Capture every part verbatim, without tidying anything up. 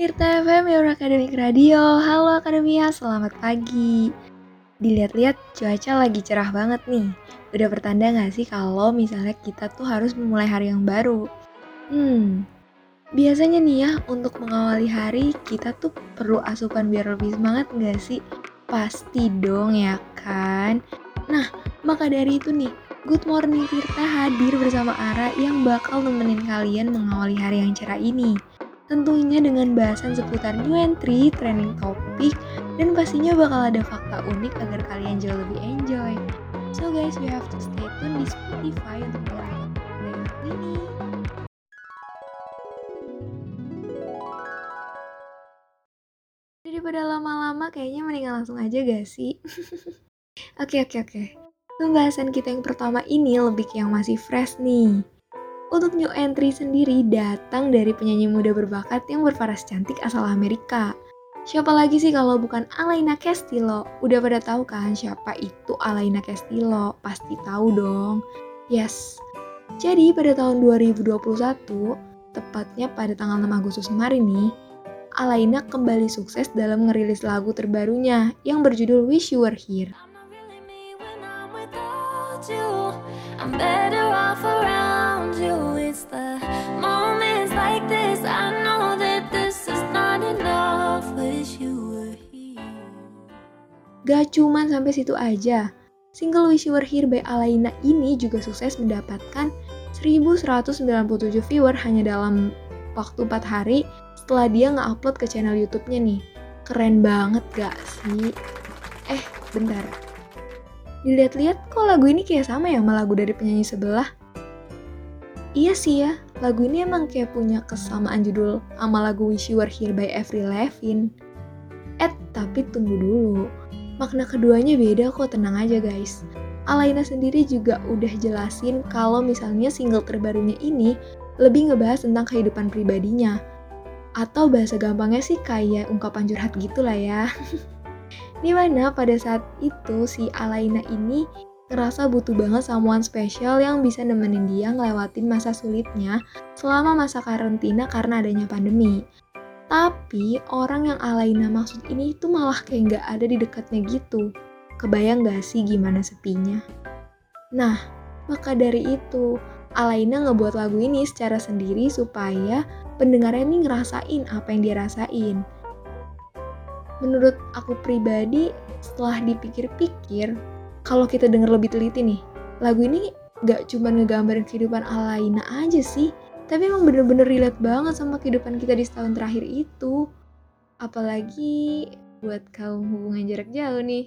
Tirta F M, Your Academic Radio. Halo Akademia, selamat pagi. Dilihat-lihat cuaca lagi cerah banget nih. Udah pertanda gak sih kalau misalnya kita tuh harus memulai hari yang baru? Hmm, biasanya nih ya untuk mengawali hari kita tuh perlu asupan biar lebih semangat gak sih? Pasti dong ya kan? Nah, maka dari itu nih, Good Morning Tirta hadir bersama Ara yang bakal nemenin kalian mengawali hari yang cerah ini. Tentunya dengan bahasan seputar new entry, trending topik, dan pastinya bakal ada fakta unik agar kalian jauh lebih enjoy. So guys, we have to stay tune di Spotify untuk mendengarkan podcast ini. Daripada lama-lama, kayaknya mendingan langsung aja gak sih? Oke, oke, oke. Pembahasan kita yang pertama ini lebih ke yang masih fresh nih. Untuk new entry sendiri datang dari penyanyi muda berbakat yang berparas cantik asal Amerika. Siapa lagi sih kalau bukan Alaina Castillo? Udah pada tahu kan siapa itu Alaina Castillo? Pasti tahu dong. Yes. Jadi pada tahun dua ribu dua puluh satu, tepatnya pada tanggal enam Agustus kemarin nih, Alaina kembali sukses dalam ngerilis lagu terbarunya yang berjudul Wish You Were Here. I'm better off around you. It's the moments like this I know that this is not enough. Wish you were here. Gak cuman sampai situ aja. Single Wish You Were Here by Alaina ini juga sukses mendapatkan seribu seratus sembilan puluh tujuh viewer hanya dalam waktu empat hari setelah dia nge-upload ke channel YouTube-nya nih. Keren banget gak sih? Eh, bentar. Dilihat-lihat kok lagu ini kayak sama ya sama lagu dari penyanyi sebelah? Iya sih ya, lagu ini emang kayak punya kesamaan judul sama lagu Wish You Were Here by Avril Lavigne. Eh, tapi tunggu dulu. Makna keduanya beda kok, tenang aja guys. Alaina sendiri juga udah jelasin kalau misalnya single terbarunya ini lebih ngebahas tentang kehidupan pribadinya. Atau bahasa gampangnya sih kayak ungkapan curhat gitu lah ya. Dimana pada saat itu si Alaina ini ngerasa butuh banget someone special yang bisa nemenin dia ngelewatin masa sulitnya selama masa karantina karena adanya pandemi. Tapi orang yang Alaina maksud ini itu malah kayak gak ada di dekatnya gitu. Kebayang gak sih gimana sepinya? Nah, maka dari itu Alaina ngebuat lagu ini secara sendiri supaya pendengarnya ini ngerasain apa yang dia rasain. Menurut aku pribadi, setelah dipikir-pikir, kalau kita denger lebih teliti nih, lagu ini gak cuma ngegambarin kehidupan Alaina aja sih, tapi emang bener-bener relate banget sama kehidupan kita di setahun terakhir itu. Apalagi buat kaum hubungan jarak jauh nih.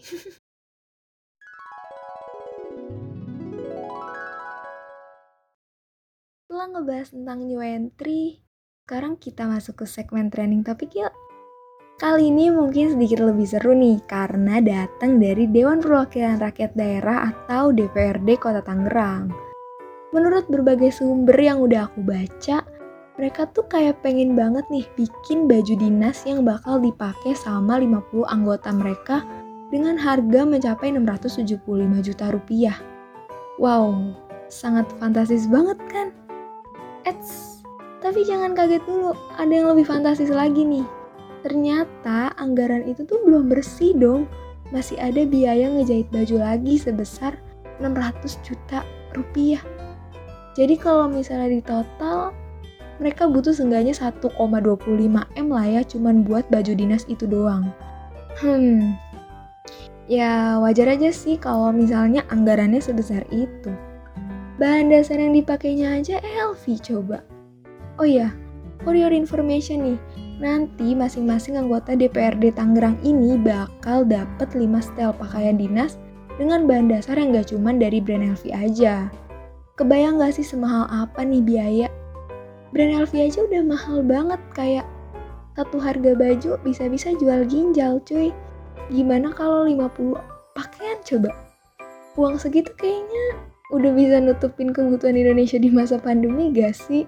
Setelah ngebahas tentang new entry, sekarang kita masuk ke segmen trending topik yuk. Kali ini mungkin sedikit lebih seru nih karena datang dari Dewan Perwakilan Rakyat Daerah atau D P R D Kota Tangerang. Menurut berbagai sumber yang udah aku baca, mereka tuh kayak pengen banget nih bikin baju dinas yang bakal dipakai sama lima puluh anggota mereka dengan harga mencapai enam ratus tujuh puluh lima juta rupiah. Wow, sangat fantastis banget kan? Eits, tapi jangan kaget dulu, ada yang lebih fantastis lagi nih. Ternyata anggaran itu tuh belum bersih dong. Masih ada biaya ngejahit baju lagi sebesar enam ratus juta rupiah. Jadi kalau misalnya di total, mereka butuh seenggaknya satu koma dua lima M lah ya cuman buat baju dinas itu doang. Hmm, ya wajar aja sih kalau misalnya anggarannya sebesar itu. Bahan dasar yang dipakainya aja L V coba. Oh iya, for your information nih, nanti masing-masing anggota D P R D Tangerang ini bakal dapet lima setel pakaian dinas dengan bahan dasar yang gak cuman dari brand L V aja. Kebayang gak sih semahal apa nih biaya? Brand L V aja udah mahal banget, kayak satu harga baju bisa-bisa jual ginjal cuy. Gimana kalau lima puluh pakaian coba? Uang segitu kayaknya udah bisa nutupin kebutuhan Indonesia di masa pandemi gak sih?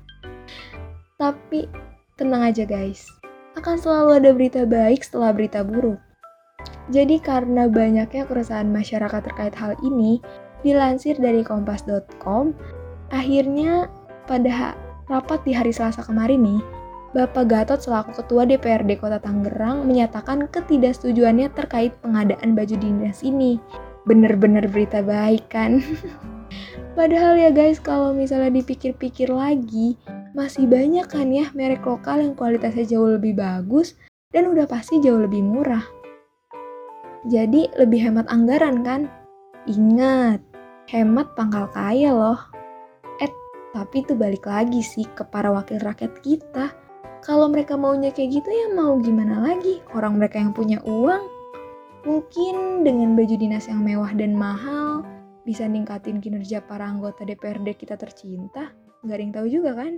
Tapi tenang aja guys, akan selalu ada berita baik setelah berita buruk. Jadi karena banyaknya keresahan masyarakat terkait hal ini, dilansir dari kompas dot com, akhirnya pada rapat di hari Selasa kemarin nih, Bapak Gatot selaku Ketua D P R D Kota Tangerang menyatakan ketidaksetujuannya terkait pengadaan baju dinas ini. Bener-bener berita baik kan? Padahal ya guys, kalau misalnya dipikir-pikir lagi, masih banyak kan ya merek lokal yang kualitasnya jauh lebih bagus dan udah pasti jauh lebih murah. Jadi lebih hemat anggaran kan? Ingat, hemat pangkal kaya loh. Eh, tapi itu balik lagi sih ke para wakil rakyat kita. Kalau mereka maunya kayak gitu ya mau gimana lagi? Orang mereka yang punya uang. Mungkin dengan baju dinas yang mewah dan mahal, bisa ningkatin kinerja para anggota D P R D kita tercinta. Nggak ada yang tahu juga kan?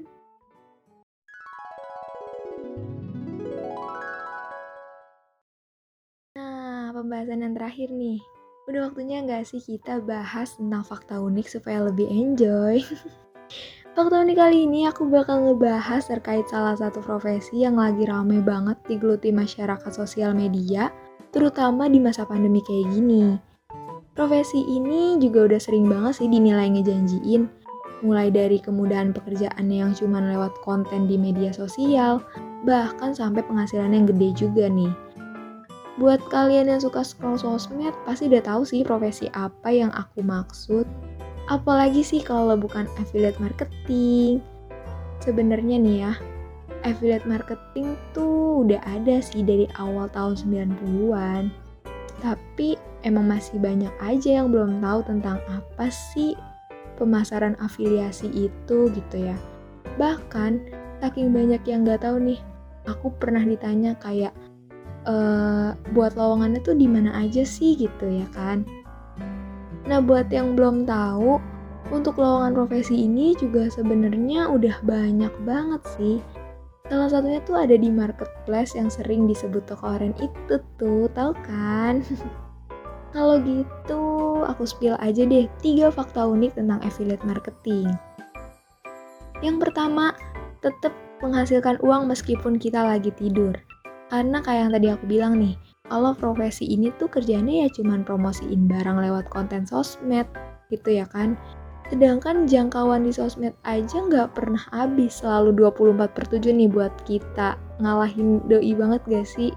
Nah, pembahasan yang terakhir nih. Udah waktunya nggak sih kita bahas tentang fakta unik supaya lebih enjoy? Fakta unik kali ini aku bakal ngebahas terkait salah satu profesi yang lagi rame banget digeluti masyarakat sosial media, terutama di masa pandemi kayak gini. Profesi ini juga udah sering banget sih dinilai ngejanjiin, mulai dari kemudahan pekerjaannya yang cuma lewat konten di media sosial, bahkan sampai penghasilannya yang gede juga nih. Buat kalian yang suka scroll sosmed, pasti udah tahu sih profesi apa yang aku maksud. Apalagi sih kalau bukan affiliate marketing. Sebenarnya nih ya, affiliate marketing tuh udah ada sih dari awal tahun sembilan puluhan. Tapi emang masih banyak aja yang belum tahu tentang apa sih pemasaran afiliasi itu gitu ya. Bahkan saking banyak yang gak tahu nih, aku pernah ditanya kayak e, buat lowongannya tuh di mana aja sih gitu ya kan. Nah, buat yang belum tahu, untuk lowongan profesi ini juga sebenarnya udah banyak banget sih. Salah satunya tuh ada di marketplace yang sering disebut toko oren itu tuh, tahu kan? Kalau gitu, aku spill aja deh tiga fakta unik tentang affiliate marketing. Yang pertama, tetap menghasilkan uang meskipun kita lagi tidur. Karena kayak yang tadi aku bilang nih, kalau profesi ini tuh kerjanya ya cuman promosiin barang lewat konten sosmed gitu ya kan. Sedangkan jangkauan di sosmed aja nggak pernah habis, selalu dua puluh empat per tujuh nih buat kita. Ngalahin doi banget gak sih?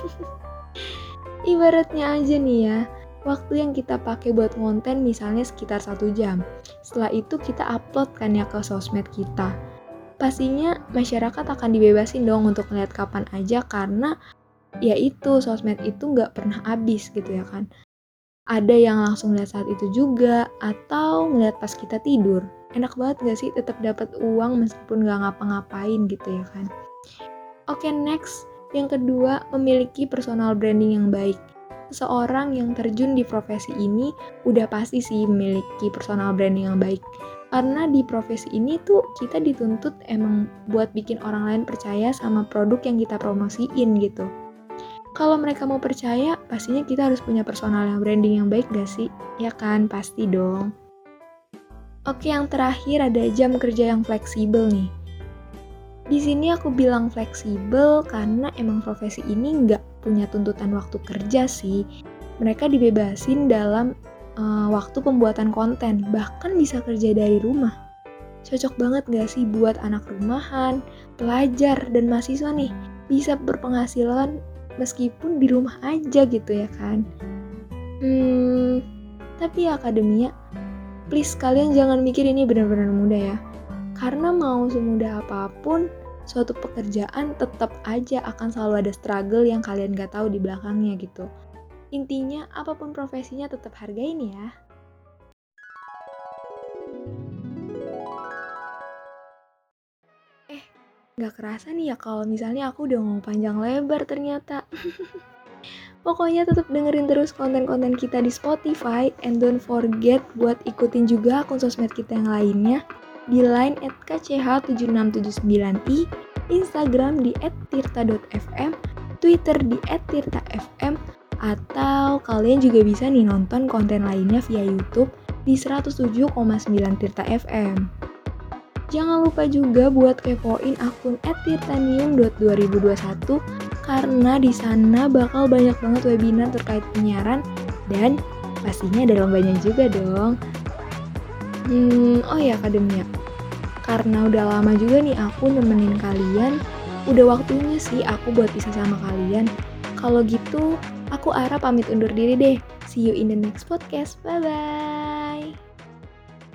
Ibaratnya aja nih ya, waktu yang kita pakai buat konten misalnya sekitar satu jam. Setelah itu kita upload kan ya ke sosmed kita. Pastinya masyarakat akan dibebasin dong untuk ngeliat kapan aja karena ya itu, sosmed itu nggak pernah habis gitu ya kan. Ada yang langsung lihat saat itu juga, atau ngeliat pas kita tidur. Enak banget gak sih tetap dapat uang meskipun nggak ngapa-ngapain gitu ya kan. Oke, next. Yang kedua, memiliki personal branding yang baik. Seseorang yang terjun di profesi ini udah pasti sih memiliki personal branding yang baik. Karena di profesi ini tuh kita dituntut emang buat bikin orang lain percaya sama produk yang kita promosiin gitu. Kalau mereka mau percaya, pastinya kita harus punya personal yang branding yang baik gak sih? Ya kan, pasti dong. Oke, yang terakhir ada jam kerja yang fleksibel nih. Di sini aku bilang fleksibel karena emang profesi ini nggak punya tuntutan waktu kerja sih. Mereka dibebasin dalam uh, waktu pembuatan konten, bahkan bisa kerja dari rumah. Cocok banget gak sih buat anak rumahan, pelajar, dan mahasiswa nih, bisa berpenghasilan meskipun di rumah aja gitu ya kan. Hmm, tapi ya akademia, please kalian jangan mikir ini benar-benar mudah ya. Karena mau semudah apapun, suatu pekerjaan tetap aja akan selalu ada struggle yang kalian gak tahu di belakangnya gitu. Intinya apapun profesinya tetap hargain ya. Eh, gak kerasa nih ya kalau misalnya aku udah ngomong panjang lebar ternyata. Pokoknya tetap dengerin terus konten-konten kita di Spotify, and don't forget buat ikutin juga akun sosmed kita yang lainnya di line at k c h tujuh enam tujuh sembilan i, Instagram di at tirta dot f m, Twitter di at tirta f m, atau kalian juga bisa nih nonton konten lainnya via YouTube di seratus tujuh koma sembilan Tirta F M. Jangan lupa juga buat kepoin akun at tirtanium dot dua ribu dua puluh satu karena di sana bakal banyak banget webinar terkait penyiaran dan pastinya ada lombanya juga dong. Hmm, oh ya akademia. Karena udah lama juga nih aku nemenin kalian, Udah waktunya sih aku buat pisah sama kalian. Kalau gitu, aku Ara pamit undur diri deh. See you in the next podcast. Bye-bye.